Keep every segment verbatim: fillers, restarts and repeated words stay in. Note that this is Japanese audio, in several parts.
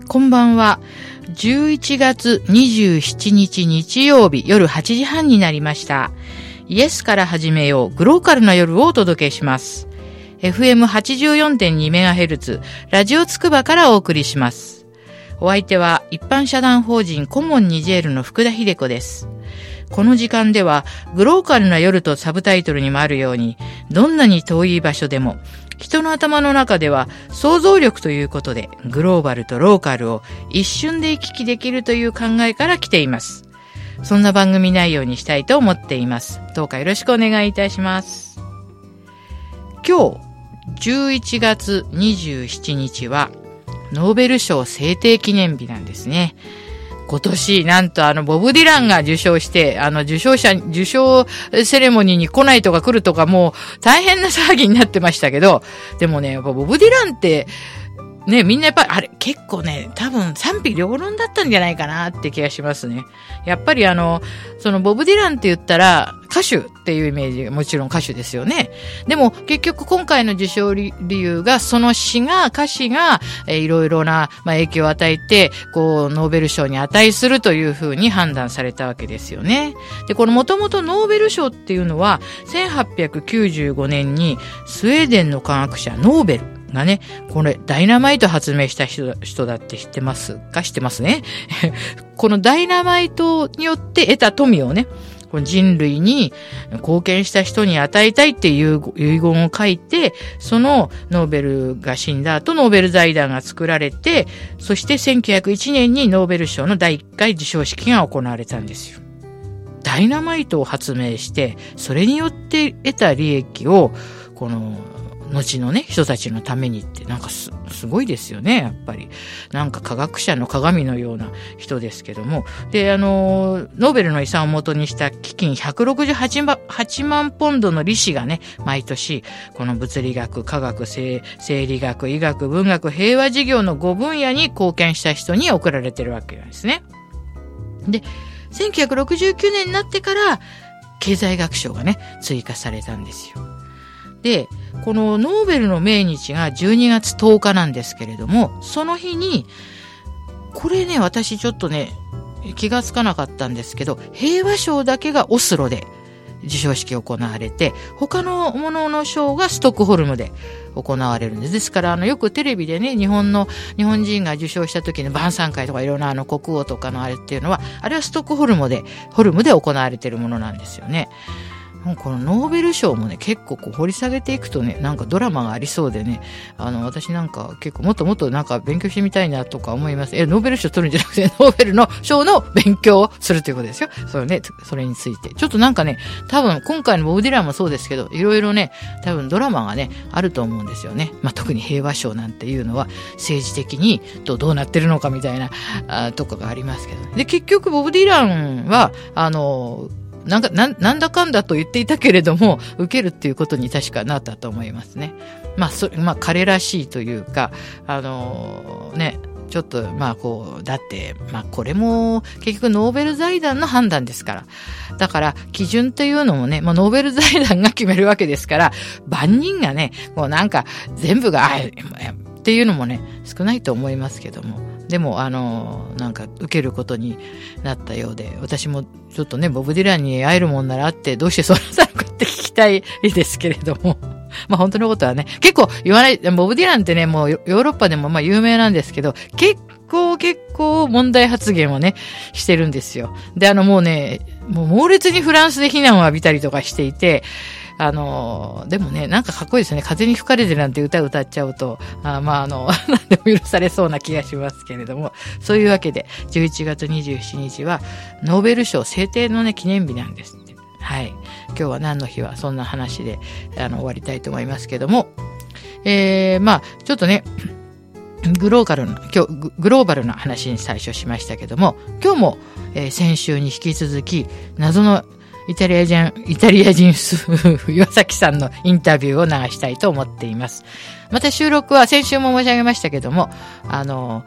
こんばんは。じゅういちがつにじゅうしちにち日曜日夜はちじはんになりました。イエスから始めようグローカルな夜をお届けします。エフエムはちじゅうよんてんにメガヘルツ ラジオつくばからお送りします。お相手は一般社団法人コモンニジェールの福田秀子です。この時間ではグローカルな夜とサブタイトルにもあるように、どんなに遠い場所でも人の頭の中では想像力ということでグローバルとローカルを一瞬で行き来できるという考えから来ています。そんな番組内容にしたいと思っています。どうかよろしくお願いいたします。今日じゅういちがつにじゅうしちにちはノーベル賞制定記念日なんですね。今年、なんとあの、ボブ・ディランが受賞して、あの、受賞者、受賞セレモニーに来ないとか来るとか、もう大変な騒ぎになってましたけど、でもね、やっぱボブ・ディランって、ね、みんなやっぱり、あれ、結構ね、多分賛否両論だったんじゃないかなって気がしますね。やっぱりあの、そのボブ・ディランって言ったら、歌手っていうイメージがもちろん歌手ですよね。でも結局今回の受賞理由がその詩が、歌詞が、えー、いろいろな、まあ、影響を与えて、こう、ノーベル賞に値するというふうに判断されたわけですよね。で、このもともとノーベル賞っていうのは、せんはっぴゃくきゅうじゅうごねんにスウェーデンの科学者ノーベルがね、これ、ダイナマイト発明した人、人だって知ってますか？知ってますね。このダイナマイトによって得た富をね、この人類に貢献した人に与えたいっていう遺言を書いて、そのノーベルが死んだ後、ノーベル財団が作られて、そしてせんきゅうひゃくいちねんにノーベル賞のだいいっかい授賞式が行われたんですよ。ダイナマイトを発明して、それによって得た利益を、この、後のね、人たちのためにって、なんかす、すごいですよね、やっぱり。なんか科学者の鏡のような人ですけども。で、あの、ノーベルの遺産を元にした基金ひゃくろくじゅうはちまんポンドの利子がね、毎年、この物理学、科学、生理学、医学、文学、平和事業のごぶんやに貢献した人に贈られてるわけなんですね。で、せんきゅうひゃくろくじゅうきゅうねんになってから、経済学賞がね、追加されたんですよ。で、このノーベルの命日がじゅうにがつとおかなんですけれども、その日に、これね、私ちょっとね、気がつかなかったんですけど、平和賞だけがオスロで授賞式行われて、他のものの賞がストックホルムで行われるんです。ですから、あの、よくテレビでね、日本の、日本人が受賞した時の晩餐会とかいろんなあの国王とかのあれっていうのは、あれはストックホルムで、ホルムで行われているものなんですよね。このノーベル賞もね、結構こう掘り下げていくとね、なんかドラマがありそうでね、あの、私なんか結構もっともっとなんか勉強してみたいなとか思います。え、ノーベル賞取るんじゃなくて、ノーベルの賞の勉強をするということですよ。それね、それについて。ちょっとなんかね、多分今回のボブ・ディランもそうですけど、いろいろね、多分ドラマがね、あると思うんですよね。まあ、特に平和賞なんていうのは政治的にどう、どうなってるのかみたいな、あとかがありますけど。で、結局ボブ・ディランは、あの、なんか、な、なんだかんだと言っていたけれども、受けるっていうことに確かなったと思いますね。まあ、そ、まあ、彼らしいというか、あのー、ね、ちょっと、まあ、こう、だって、まあ、これも、結局、ノーベル財団の判断ですから。だから、基準というのもね、まあ、ノーベル財団が決めるわけですから、万人がね、もうなんか、全部が、あ、っていうのもね、少ないと思いますけども。でも、あの、なんか、受けることになったようで、私もちょっとね、ボブ・ディランに会えるもんならあって、どうしてそうなったのかって聞きたいですけれども。まあ、本当のことはね、結構言わない、ボブ・ディランってね、もうヨーロッパでもまあ有名なんですけど、結構結構問題発言をね、してるんですよ。で、あのもうね、もう猛烈にフランスで非難を浴びたりとかしていて、あの、でもね、なんかかっこいいですよね。風に吹かれてなんて歌を歌っちゃうと、あまあ、あの、何でも許されそうな気がしますけれども、そういうわけで、じゅういちがつにじゅうしちにちは、ノーベル賞制定のね、記念日なんですって。はい。今日は何の日は、そんな話で、あの、終わりたいと思いますけども、えー、まあ、ちょっとね、グローバルな、今日、グローバルな話に最初しましたけども、今日も、えー、先週に引き続き、謎のイタリア人、イタリア人夫婦、岩崎さんのインタビューを流したいと思っています。また収録は先週も申し上げましたけども、あの、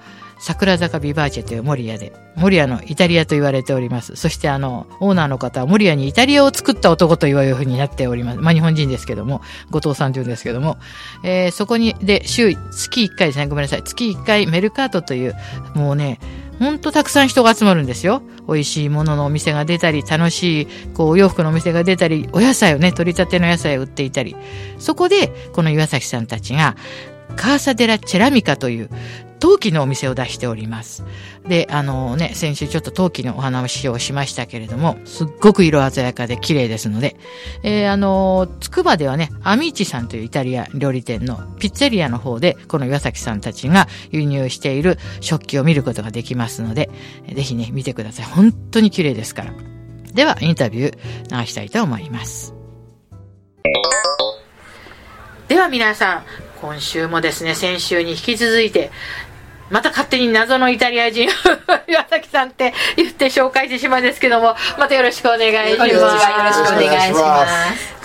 桜坂ビバーチェという守谷で、守谷のイタリアと言われております。そしてあの、オーナーの方は守谷にイタリアを作った男というふうになっております。まあ日本人ですけども、後藤さんというんですけども、えー、そこに、で、週、月いっかいですね、ごめんなさい。月いっかいメルカートという、もうね、ほんとたくさん人が集まるんですよ。美味しいもののお店が出たり、楽しい、こう、お洋服のお店が出たり、お野菜をね、取り立ての野菜を売っていたり。そこで、この岩崎さんたちが、カーサデラチェラミカという陶器のお店を出しております。で、あのね、先週ちょっと陶器のお話をしましたけれども、すっごく色鮮やかで綺麗ですので、えー、あの、つくばではね、アミーチさんというイタリア料理店のピッツェリアの方で、この岩崎さんたちが輸入している食器を見ることができますので、ぜひね、見てください。本当に綺麗ですから。では、インタビュー流したいと思います。では皆さん、今週もですね、先週に引き続いて、また勝手に謎のイタリア人岩崎さんって言って紹介してしまうんですけども、またよろしくお願いします。よろしくお願いします。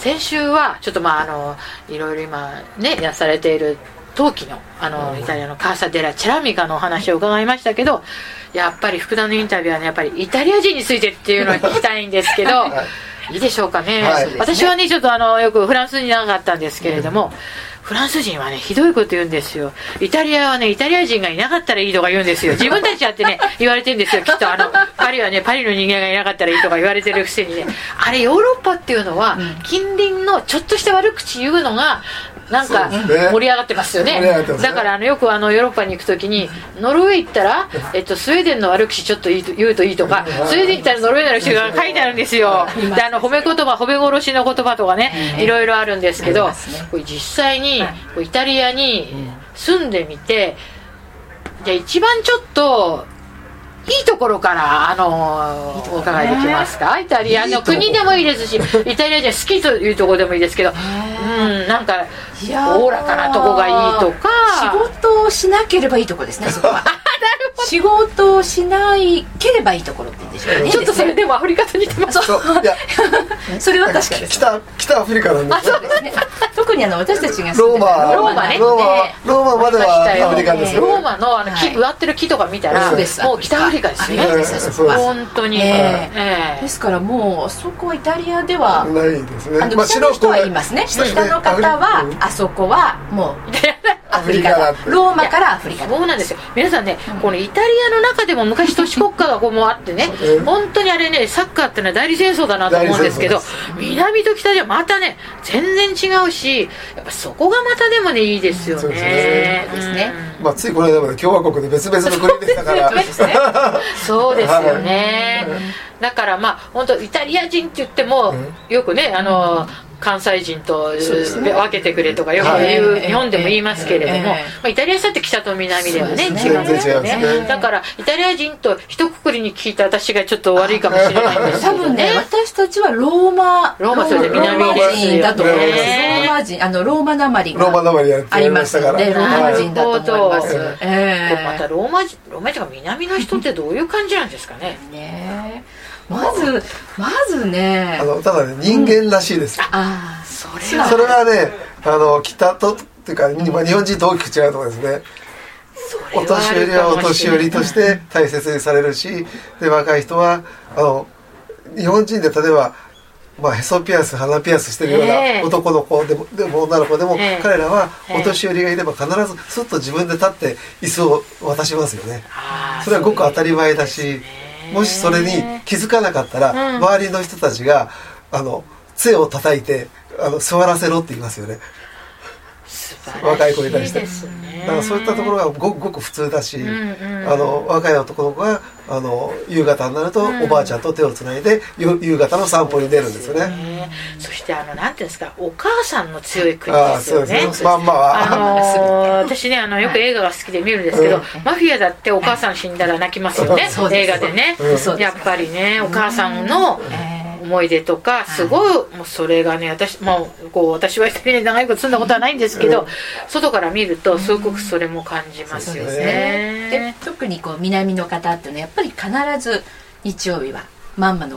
先週はちょっとまああのいろいろ今ねやされている陶器のあのイタリアのカーサデラチェラミカのお話を伺いましたけど、やっぱり福田のインタビューはね、やっぱりイタリア人についてっていうのを聞きたいんですけどいいでしょうかね、はい、私はねちょっとあのよくフランスに長かったんですけれども、うん、フランス人はねひどいこと言うんですよ。イタリアはねイタリア人がいなかったらいいとか言うんですよ。自分たちだってね言われてるんですよ。きっとあのパリはねパリの人間がいなかったらいいとか言われてるくせにね、あれヨーロッパっていうのは、うん、近隣のちょっとした悪口言うのがなんか盛り上がってますよね。ねだからあのよくあのヨーロッパに行くときにノルウェー行ったら、えっと、スウェーデンの悪口ちょっと言うといいとか、スウェーデン行ったらノルウェーの悪口が書いてあるんですよ。であの褒め言葉褒め殺しの言葉とかねいろいろあるんですけど、これ実際にイタリアに住んでみて、じゃあ一番ちょっといいところからあのお伺いできますか。イタリアの国でもいいですし、イタリア人好きというところでもいいですけど、うんなんかおおらかなとこがいいとか。 仕事をしなければいいところですね、そこは。仕事をしないければいいところって言うんでしょうね。 ちょっとそれでもアフリカと似てます。 そういやそれは確かです。 北北アフリカなんです。 そうですね。特にあの私たちがローマローマねローマローマまではアフリカですよね。 ローマのあの木植わってる木とか見たらもう北アフリカですよね。本当に。 ですからもうそこはイタリアではないですね。 あの北の人は言いますね。北の方はあそこはもうアフリカだ。ローマからアフリカ。 そうなんですよ。皆さんね、このイタリアの中でも昔都市国家がこうもあってね、本当にあれねサッカーってのは代理戦争だなと思うんですけど、南と北ではまたね全然違うし、やっぱそこがまたでもねいいですよね。 ですね。 まあついこの間まで共和国で別々の国でしたから。 そうですよね。だからまあ本当イタリア人って言ってもよくねあの。関西人と分けてくれとかよく言う、はい、日本でも言いますけれども、えーまあ、イタリアだって北と南ではね、ね違うんですよね。だからイタリア人と一括りに聞いた私がちょっと悪いかもしれないんですけどね。 多分ね私たちはローマローマそれで南ですよね。 だと思います。ローマ人あのローマなまりがローマなまりやってありますのでローマ人だと思います。 えー、またローマ人ローマ人が南の人ってどういう感じなんですかね。 ねまずまずねあのただね人間らしいです、うん、 あそれはそれはねあの北とっていうか、まあ、日本人と大きく違うところですね。お年寄りはお年寄りとして大切にされるし、で若い人はあの日本人で例えば、まあ、へそピアス鼻ピアスしてるような男の子でも、でも女の子でも、えー、彼らはお年寄りがいれば必ずスッと自分で立って椅子を渡しますよね。それはごく当たり前だし、もしそれに気づかなかったら、うん、周りの人たちがあの杖を叩いてあの座らせろって言いますよね。若い子に対して、ね、だからそういったところがごくごく普通だし、うんうん、あの若い男の子があの夕方になると、うん、おばあちゃんと手をつないで夕方の散歩に出るんですよね。 そしてあのなんていうんですか、お母さんの強い国ですよね。 まんまはあのー、私ねあのよく映画が好きで見るんですけど、うん、マフィアだってお母さん死んだら泣きますよね、うん、映画でね、うん、やっぱりねお母さんの、うん思い出とかすごい、もうそれがね私、まあ、こう私は一人で長いこと住んだことはないんですけど、うん、外から見るとすごくそれも感じますよね。 で特にこう南の方っていうのはやっぱり必ず日曜日はまんまのご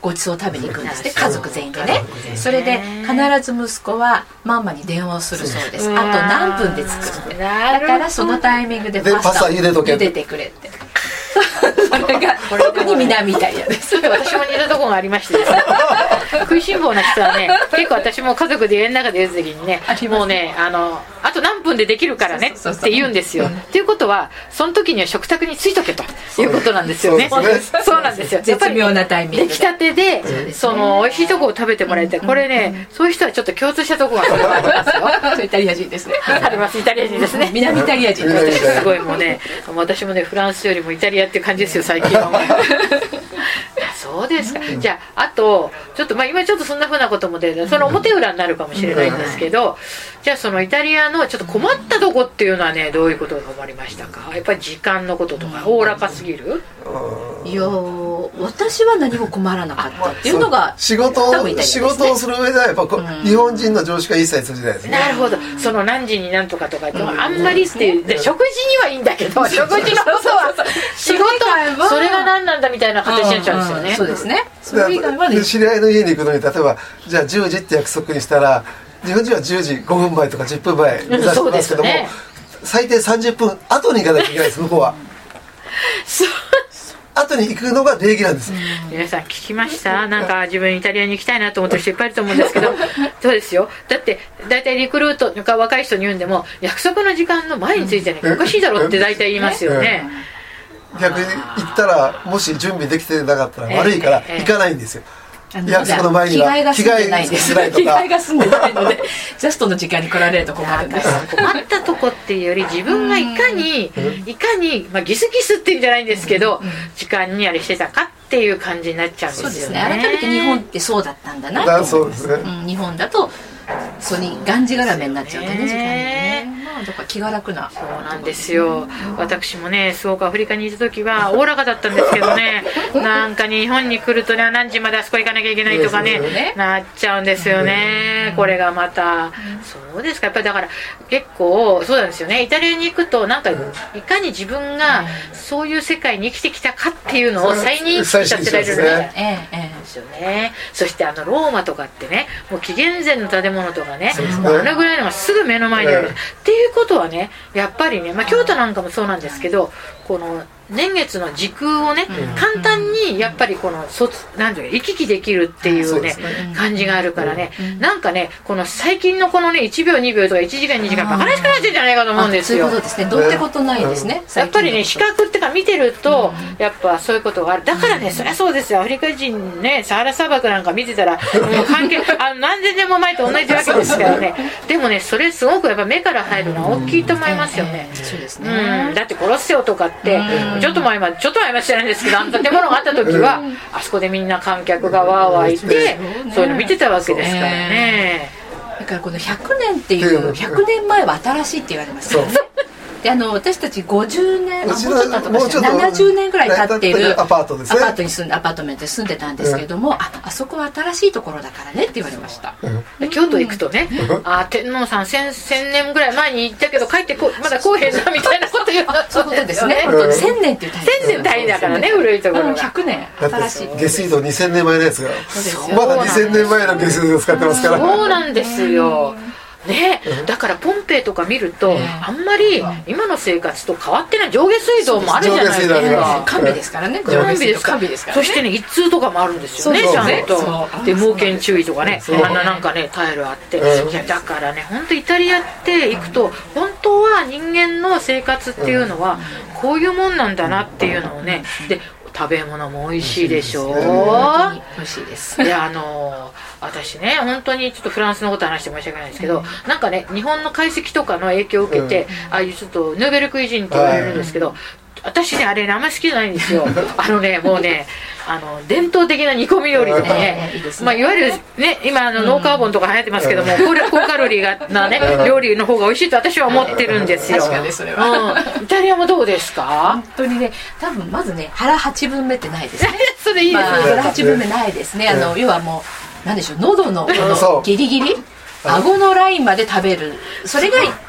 ごちそうを食べに行くんですね、家族全員でね。それで必ず息子はママに電話をするそうです。あと何分で作るって。だからそのタイミングでパスタを茹でてくれって。それが特に南イタリアです。 私も似たところがありましてですね、食いしん坊な人はね、結構私も家族で家の中でやるときにね、もうね、あのあと何分でできるからねって言うんですよ。っていうことはその時には食卓についとけということなんですよね。そうなんですよ。 絶妙なタイミングで出来たてでその美味しいところを食べてもらいたい。これね、そういう人はちょっと共通したところがありますよ。 イタリア人ですね。 あります、イタリア人ですね。 南イタリア人です。すごいもうね、私もねフランスよりもイタリアっていう感じですよ最近は。そうですか。じゃああとちょっとまあ今ちょっとそんなふうなことも出る、その表裏になるかもしれないんですけど、じゃあそのイタリアのちょっと困ったとこっていうのはね、どういうことが困りましたか？やっぱり時間のこととかおおらかすぎる？ いや私は何も困らなかったっていうのが仕事を、ね、仕事をする上ではやっぱこ、うん、日本人の常識は一切通じないですね。 なるほど。その何時になんとかとかってあんまりっていう、で食事にはいいんだけど、食事のことは仕事それが何なんだみたいな形になっちゃうんですよね。 そうですね。それ以外はね、 知り合いの家に行くのに例えばじゃあじゅうじって約束にしたら日本人はじゅうじごふんまえとかじゅっぷんまえ目指してますけども、ね、最低さんじゅっぷん後に行かなきゃいけないです向こうは。そう後に行くのが礼儀なんです。 皆さん聞きました？なんか自分イタリアに行きたいなと思ってる人いっぱいいると思うんですけどそうですよ。だって大体リクルートか若い人に言うんでも約束の時間の前についてね、おかしいだろって大体言いますよね。 逆に行ったらもし準備できてなかったら悪いから行かないんですよ。約束の前には着替えが済んでないんです。着替えが済んでないのでジャストの時間に来られると困るんです。 困ったとこっていうより自分がいかにいかに、まあ、ギスギスっていうんじゃないんですけど、時間にあれしてたかっていう感じになっちゃうんですよね。 そうですね。改めて日本ってそうだったんだなと思う。 そうですね、 うん、日本だとそれにがんじがらめになっちゃうんでね、時間にね。まあだから気が楽な。 そうなんですよ。私もねすごくアフリカにいた時はおおらかだったんですけどねなんか日本に来るとね何時まであそこ行かなきゃいけないとかねなっちゃうんですよね。これがまたそうですか。やっぱりだから結構そうなんですよね。イタリアに行くとなんかいかに自分がそういう世界に生きてきたかっていうのを再認識させられるんですよね。そしてあのローマとかってねもう紀元前の建物とかね、もうあのぐらいのがすぐ目の前にある、えー、っていうことはねやっぱりね、まあ、京都なんかもそうなんですけどこの年月の時空をね、うん、簡単にやっぱりこのそなんていうか行き来できるっていうね、うん、感じがあるからね、うん、なんかねこの最近のこのねいちびょうにびょうとかいちじかんにじかんバカらしくなってるんじゃないかと思うんですよ。 そういうことですね。どうってことないですね、 うん、やっぱりね視覚ってか見てると、うん、やっぱそういうことがある。だからね、うん、そりゃそうですよ。アフリカ人ねサハラ砂漠なんか見てたらもう関係あの何千年も前と同じわけですからねでもねそれすごくやっぱ目から入るのは大きいと思いますよね。 そうですね。 うん、だってコロッセオとかって、うん、ちょっと前までちょっと前まで知らないんですけどあの建物があった時はあそこでみんな観客がわーわーいてそういうの見てたわけですからね。 だからこのひゃくねんっていうひゃくねんまえは新しいって言われますよね。であの私たちごじゅうねん、もうちょっと経ったかしら、ななじゅうねんぐらい経っているアパートですね。 アパートに住んでアパートメントに住んでたんですけれども、うん、ああそこは新しいところだからねって言われました。 うん、京都行くとね、うん、あ天皇さん千年ぐらい前に行ったけど帰ってこまだ来おへんなみたいなこと言うのそういうことですね。うん、千年っていう単位ですよね。 千年単位だからね古いところが。 ひゃくねん新しい。 下水道にせんねんまえのやつがまだにせんねんまえの下水道を使ってますから。 そうなんですよ。ね、だからポンペイとか見ると、あんまり今の生活と変わってない上下水道もあるじゃないですか。 完備ですからね。 完備ですからね。そしてね一通とかもあるんですよねちゃんと。で猛犬注意とかねあんななんかねタイルあって、いやだからね本当イタリアって行くと本当は人間の生活っていうのはこういうもんなんだなっていうのをねで食べ物も美味しいでしょう。 美味しいです。 であの私ね本当にちょっとフランスのこと話して申し訳ないんですけど、うん、なんかね日本の懐石とかの影響を受けて、うん、ああいうちょっとヌーベルクイジンって言われるんですけど、私ねあれねあんまり好きじゃないんですよあのねもうねあの伝統的な煮込み料理でね、いいですね、まあ、いわゆるね今あのノーカーボンとか流行ってますけども、うん、高カロリーなね料理の方が美味しいと私は思ってるんですよ。 確かにそれは、 うん、イタリアもどうですか？ 本当にね多分まずね腹はちぶんめってないですねそれいいですね、まあ、 腹はちぶんめないですね。あの要はもうなんでしょう喉のこのギリギリ顎のラインまで食べる、それが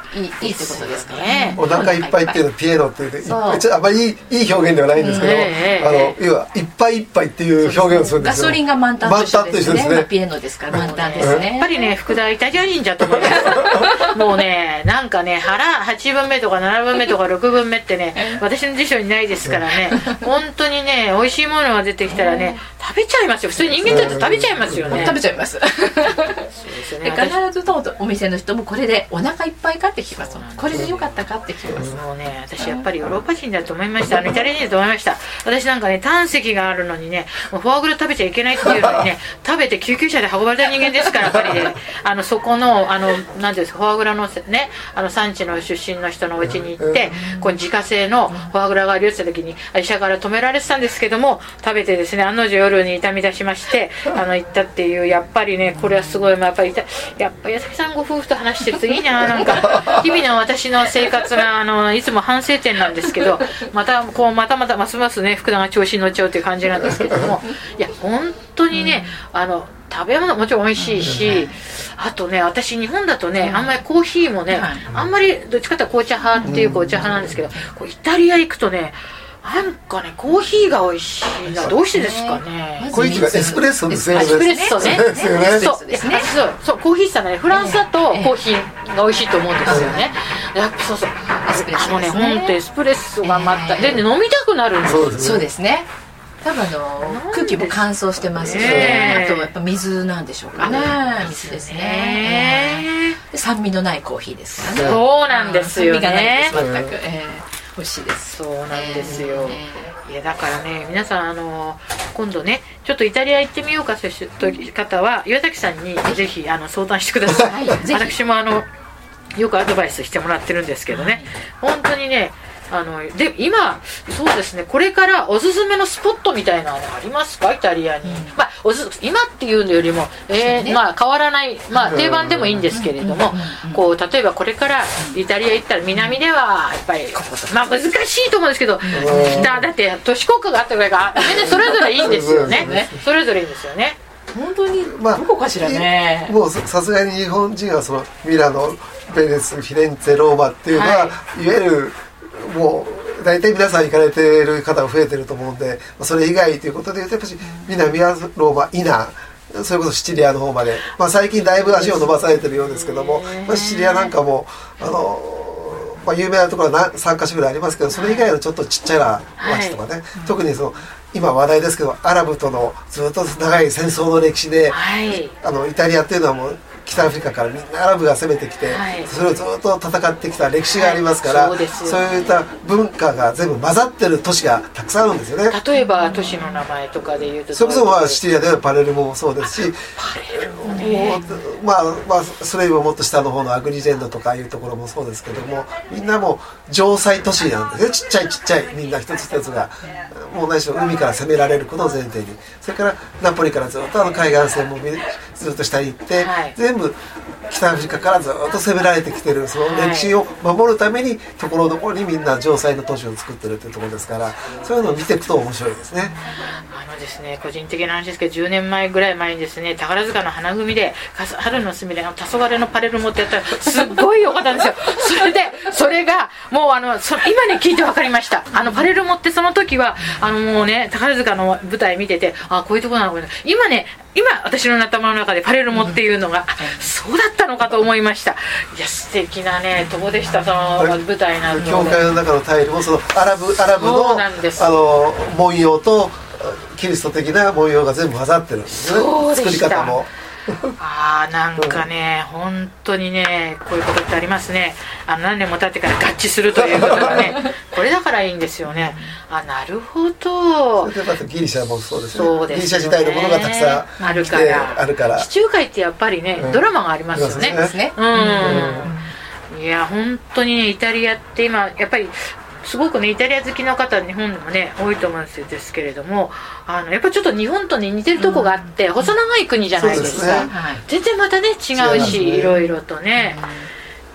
いいいいってことですかね。 お腹いっぱいっていうのはピエロっていうちょっとあんまりいいいい表現ではないんですけど、 えー、 あの要はいっぱいいっぱいっていう表現をするんですよ。 ガソリンが満タンと一緒ですね。 ですね、 まあ、ピエロですから満タンですね。 やっぱりね福田イタリア人じゃと思いますもうねなんかね腹はちぶんめとかななぶんめとかろくぶんめってね私の辞書にないですからね本当にね美味しいものが出てきたらね食べちゃいますよ。普通に人間だと食べちゃいますよね。 食べちゃいますそうですね。必ずとお店の人もこれでお腹いっぱいかって聞きます。これでよかったかって聞きます。 もうね私やっぱりヨーロッパ人だと思いました。あのイタリア人だと思いました。私なんかね胆石があるのにねもうフォアグラ食べちゃいけないっていうのにね食べて救急車で運ばれた人間ですからやっぱりねあのそこのあのなんていうんですかフォアグラのねあの産地の出身の人のお家に行ってこう自家製のフォアグラがあるよって言った時に医者から止められてたんですけども食べてですね案の定夜に痛み出しましてあの行ったっていうやっぱりねこれはすごい、まあ、やっぱりやっぱ矢崎さんご夫婦と話してるといいななんか日々の私の生活があのいつも反省点なんですけどまたこうまたまたますますね福田が調子に乗っちゃうという感じなんですけどもいや本当にねあの食べ物もちろん美味しいしあとね私日本だとねあんまりコーヒーもねあんまりどっちかというと紅茶派っていう紅茶派なんですけどこうイタリア行くとねなんかねコーヒーが美味しいなどうしてですかね。 コーヒーがエスプレッソですね。 エスプレッソね。 そうですね。 そうそうコーヒーさんねフランスだとコーヒーが美味しいと思うんですよね。やっぱそうそうエスプレッソもうね本当エスプレッソがまたで、ね、飲みたくなるんですよ。 そうですね。多分あの空気も乾燥してますし、ね、あとやっぱ水なんでしょうかね。水ですね。で酸味のないコーヒーですからね。 そうなんですよね。 酸味がないです全く、えー美味しいです。 そうなんですよ、えー、いやだからね皆さんあの今度ねちょっとイタリア行ってみようかという方は岩崎さんにぜひあの相談してください、はい、私もあのよくアドバイスしてもらってるんですけどね、はい、本当にねあので今そうですねこれからおすすめのスポットみたいなのありますかイタリアに、うんまあ、おす今っていうのよりも、えーねまあ、変わらない、まあ、定番でもいいんですけれどもこう例えばこれからイタリア行ったら南ではやっぱり、まあ、難しいと思うんですけど北だって都市国家があったぐらいからみんなそれぞれいいんですよねそれぞれいいんですよね本当にどこかしらね、 まあ、もうさすがに日本人はそのミラノベネツフィレンツェローマっていうのは、はい、いわゆるもう大体皆さん行かれている方が増えてると思うんでそれ以外ということで言うとやっぱり南はローマイナそれこそシチリアの方まで、まあ、最近だいぶ足を伸ばされてるようですけども、まあ、シチリアなんかもあの、まあ、有名なところはさんかしょぐらいありますけどそれ以外のちょっとちっちゃな町とかね、はい、特にその今話題ですけどアラブとのずっと長い戦争の歴史で、はい、あのイタリアっていうのはもう北アフリカからみんなアラブが攻めてきて、はい、それをずっと戦ってきた歴史がありますから、はい、そうですよね、そういった文化が全部混ざってる都市がたくさんあるんですよね。 例えば都市の名前とかでいうとそれこそまあシチリアではパレルモもそうですしパレルモねまあまあそれよりももっと下の方のアグリジェンドとかいうところもそうですけどもみんなもう城塞都市なんですね。ちっちゃいちっちゃいみんな一つ一つがもう何しろ海から攻められることを前提にそれからナポリからずっとあの海岸線もずっと下に行って、はい、全部北アフリカからずっと攻められてきてるその歴史を守るためにところどころにみんな城塞の都市を作ってるっていうところですからそういうのを見ていくと面白いですね。 あのですね個人的な話ですけどじゅうねんまえぐらい前にですね宝塚の花組で春のすみれの黄昏のパレルモってやったらすっごい良かったんですよそれでそれがもうあのそ今ね聞いて分かりました。あのパレルモってその時はあのもうね宝塚の舞台見ててあこういうとこなのかな今ね今私の頭の中でパレルモっていうのが、うん、そうだったのかと思いました。いや素敵なねとこでしたその舞台なので教会の中のタイルもそのアラブアラブのあの文様とキリスト的な文様が全部混ざってるんですね。 そうでした。 作り方もあーなんかね、うん、本当にねこういうことってありますね。あの何年も経ってから合致するということがねこれだからいいんですよね。あなるほど。 それでまたギリシャもそうですね。そうですよね。ギリシャ時代のものがたくさんあるからあるから地中海ってやっぱりね、うん、ドラマがありますよね。 ですね。 うん、うん、いや本当にねイタリアって今やっぱりすごくねイタリア好きの方日本でもね多いと思うんですけれどもあのやっぱちょっと日本とね似てるとこがあって、うん、細長い国じゃないですか。 そうですね。 全然またね違うしいろいろとね、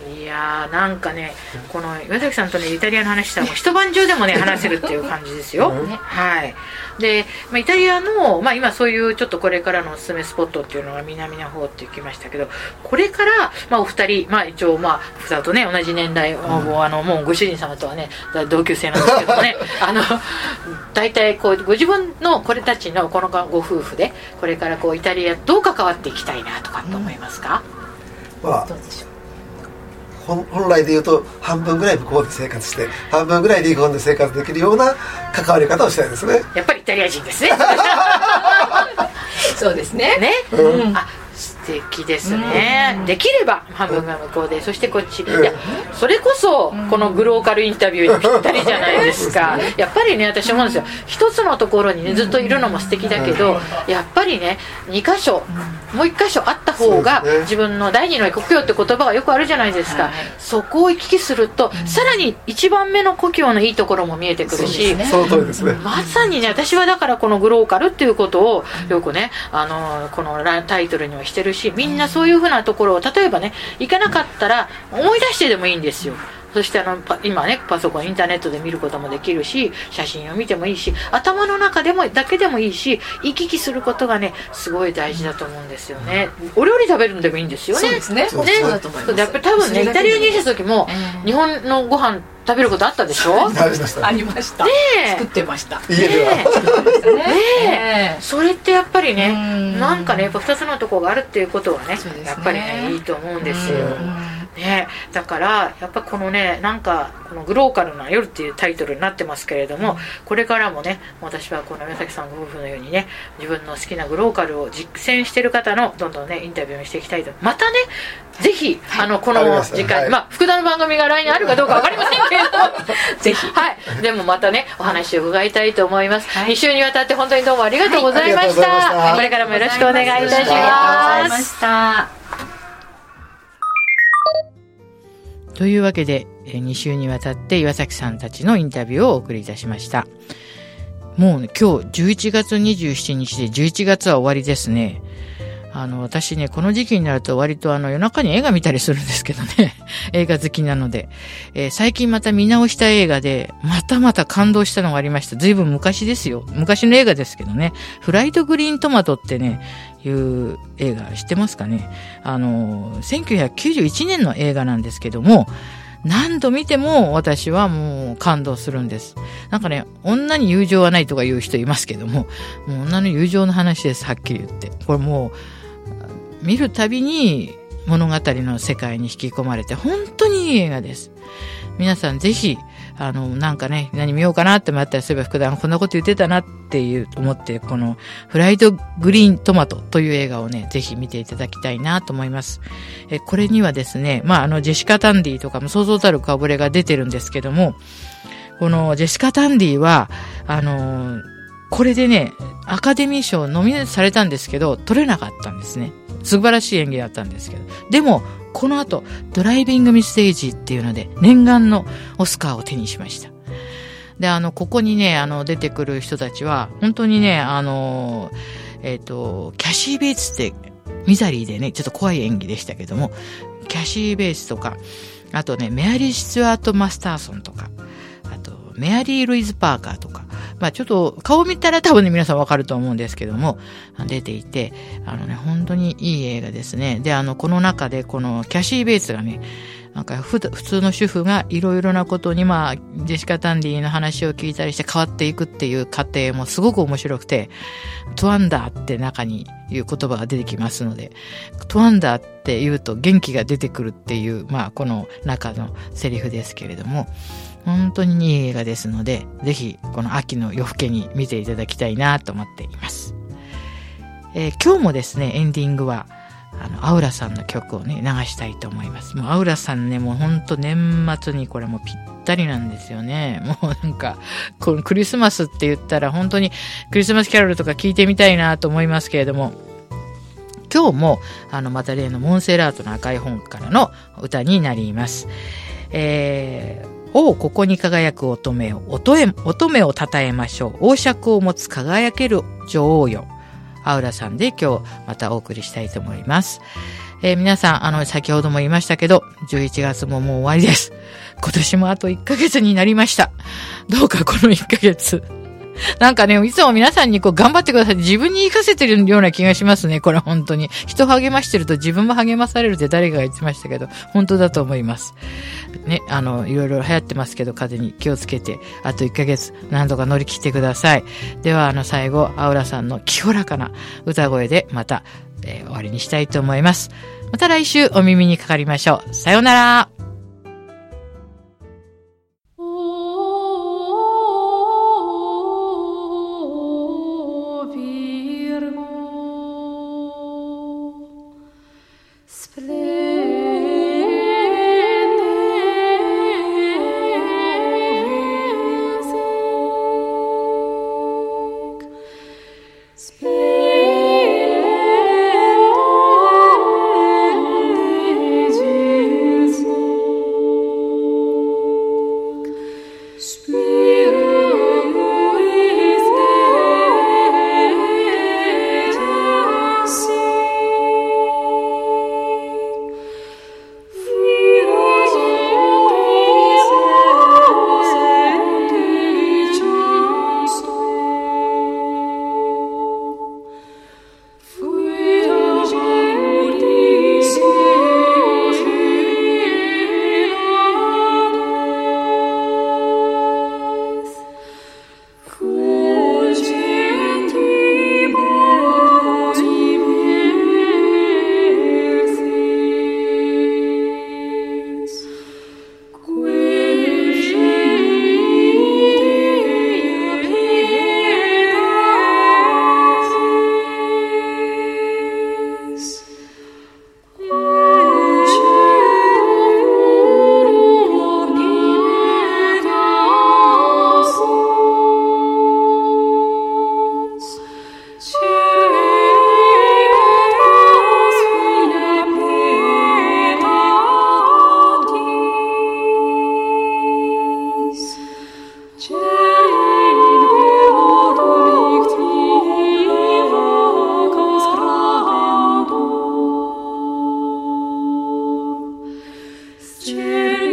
いやーなんかねこの岩崎さんとねイタリアの話したらもう一晩中でもね話せるっていう感じですよ、ね、はいで、まあ、イタリアの、まあ、今そういうちょっとこれからのおすすめスポットっていうのが南の方って言ってきましたけど、これから、まあ、お二人、まあ、一応まあふたりとね同じ年代、うん、もうあのもうご主人様とはね同級生なんですけどもねあの大体こうご自分のこれたちのこのご夫婦でこれからこうイタリアどう関わっていきたいなとかって思いますか？ うん、まあどうでしょう。本来でいうと半分ぐらい向こうで生活して半分ぐらい日本で生活できるような関わり方をしたいですね。 やっぱりイタリア人ですねそうですねね、 うん、 あ素敵ですね、うん、できれば半分が向こうで、うん、そしてこっち、うん、いやそれこそこのグローカルインタビューにぴったりじゃないですか、うん、やっぱりね私思うんですよ、一つのところにねずっといるのも素敵だけど、うん、やっぱりねに箇所、うん、もういっ箇所あった方が、ね、自分の第二の故郷って言葉がよくあるじゃないですか、はい、そこを行き来すると、うん、さらに一番目の故郷のいいところも見えてくるし、 その通りですね、 まさにね私はだからこのグローカルっていうことをよくねあのこのタイトルにはしてるし、みんなそういうふうなところを例えばね行かなかったら思い出してでもいいんですよ。そしてあの今ねパソコンインターネットで見ることもできるし、写真を見てもいいし、頭の中でもだけでもいいし、行き来することがねすごい大事だと思うんですよね。お料理食べるのでもいいんですよね。 そうですね。そうだと思います。 やっぱり多分ねイタリアにいた時も、えー、日本のご飯食べることあったでしょ？ ありました。 ありました。 ねえ作ってました。 家では。 ねえ。ねえ。それってやっぱりね、なんかねやっぱ二つのところがあるっていうことはね、ねやっぱりねいいと思うんですよ。ね、だからやっぱこのねなんかこのグローカルな夜っていうタイトルになってますけれども、これからもね私はこの岩崎さんご夫婦のようにね自分の好きなグローカルを実践している方のどんどんねインタビューにしていきたいと。またねぜひ、はい、あのこの時間、はい、まあ福田の番組が来年あるかどうか分かりませんけれどぜひはいでもまたねお話を伺いたいと思います、はい、に週にわたって本当にどうもありがとうございました、はい、これからもよろしくお願いいたします。ありがとうございました。というわけでに週にわたって岩崎さんたちのインタビューをお送りいたしました。もうね今日じゅういちがつにじゅうしちにちでじゅういちがつは終わりですね。あの私ねこの時期になると割とあの夜中に映画見たりするんですけどね映画好きなので、えー、最近また見直した映画でまたまた感動したのがありました。ずいぶん昔ですよ、昔の映画ですけどね、フライトグリーントマトってねいう映画知ってますかね。あのせんきゅうひゃくきゅうじゅういちねんの映画なんですけども、何度見ても私はもう感動するんです。なんかね女に友情はないとか言う人いますけども、もう女の友情の話です、はっきり言って。これもう見るたびに物語の世界に引き込まれて本当にいい映画です。皆さんぜひあのなんかね何見ようかなって迷ったら、そういえば福田こんなこと言ってたなっていう思ってこのフライドグリーントマトという映画をねぜひ見ていただきたいなと思います。えこれにはですねまああのジェシカ・タンディとかもそうそうたる顔ぶれが出てるんですけども、このジェシカ・タンディはあのこれでねアカデミー賞ノミネートされたんですけど取れなかったんですね。素晴らしい演技だったんですけど、でもこの後ドライビングミステージっていうので念願のオスカーを手にしました。であのここにねあの出てくる人たちは本当にねあのえっとキャシー・ベイツってミザリーでねちょっと怖い演技でしたけども、キャシー・ベイツとかあとねメアリー・スチュアート・マスターソンとか、あとメアリー・ルイズ・パーカーとか、まあちょっと顔見たら多分ね皆さんわかると思うんですけども出ていて、あのね本当にいい映画ですね。であのこの中でこのキャシー・ベイツがねなんかふ普通の主婦がいろいろなことにまあジェシカ・タンディの話を聞いたりして変わっていくっていう過程もすごく面白くて、トワンダーって中にいう言葉が出てきますので、トワンダーって言うと元気が出てくるっていうまあこの中のセリフですけれども、本当にいい映画ですのでぜひこの秋の夜更けに見ていただきたいなと思っています。えー、今日もですねエンディングはあのアウラさんの曲をね流したいと思います。もうアウラさんねもう本当年末にこれもぴったりなんですよね。もうなんかこのクリスマスって言ったら本当にクリスマスキャロルとか聞いてみたいなと思いますけれども、今日もあのまた例のモンセラートの赤い本からの歌になります。えーおうここに輝く乙女を乙女乙女を称えましょう。王爵を持つ輝ける女王よ。アウラさんで今日またお送りしたいと思います。 えー、皆さん、あの、先ほども言いましたけど、じゅういちがつももう終わりです。今年もあといっかげつになりました。どうかこのいっかげつ。なんかね、いつも皆さんにこう頑張ってください。自分に言い聞かせてるような気がしますね。これ本当に。人励ましてると自分も励まされるって誰かが言ってましたけど、本当だと思います。ね、あの、いろいろ流行ってますけど、風邪に気をつけて、あといっかげつ、何とか乗り切ってください。では、あの、最後、アウラさんの清らかな歌声でまた、えー、終わりにしたいと思います。また来週お耳にかかりましょう。さようなら。 Cheers.